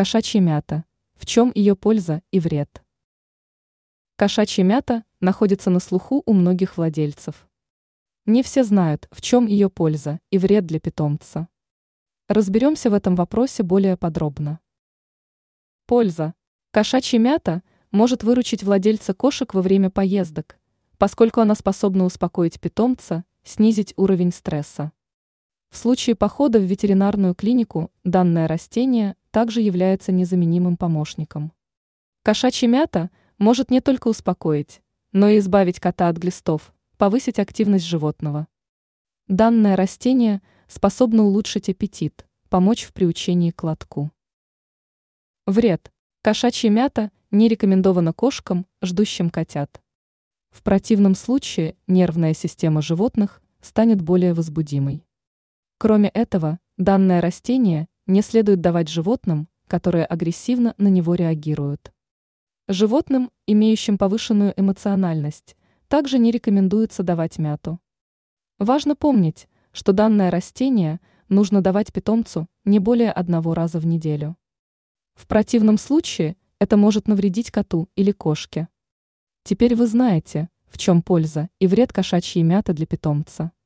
Кошачья мята. В чем ее польза и вред? Кошачья мята находится на слуху у многих владельцев. Не все знают, в чем ее польза и вред для питомца. Разберемся в этом вопросе более подробно. Польза. Кошачья мята может выручить владельца кошек во время поездок, поскольку она способна успокоить питомца, снизить уровень стресса. В случае похода в ветеринарную клинику данное растение также является незаменимым помощником. Кошачья мята может не только успокоить, но и избавить кота от глистов, повысить активность животного. Данное растение способно улучшить аппетит, помочь в приучении к лотку. Вред. Кошачья мята не рекомендована кошкам, ждущим котят. В противном случае нервная система животных станет более возбудимой. Кроме этого, данное растение не следует давать животным, которые агрессивно на него реагируют. Животным, имеющим повышенную эмоциональность, также не рекомендуется давать мяту. Важно помнить, что данное растение нужно давать питомцу не более 1 раза в неделю. В противном случае это может навредить коту или кошке. Теперь вы знаете, в чем польза и вред кошачьей мяты для питомца.